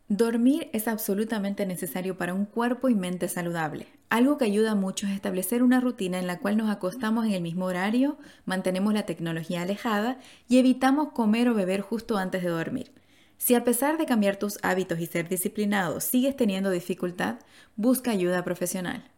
Dormir es absolutamente necesario para un cuerpo y mente saludable. Algo que ayuda mucho es establecer una rutina en la cual nos acostamos en el mismo horario, mantenemos la tecnología alejada y evitamos comer o beber justo antes de dormir. Si a pesar de cambiar tus hábitos y ser disciplinado sigues teniendo dificultad, busca ayuda profesional.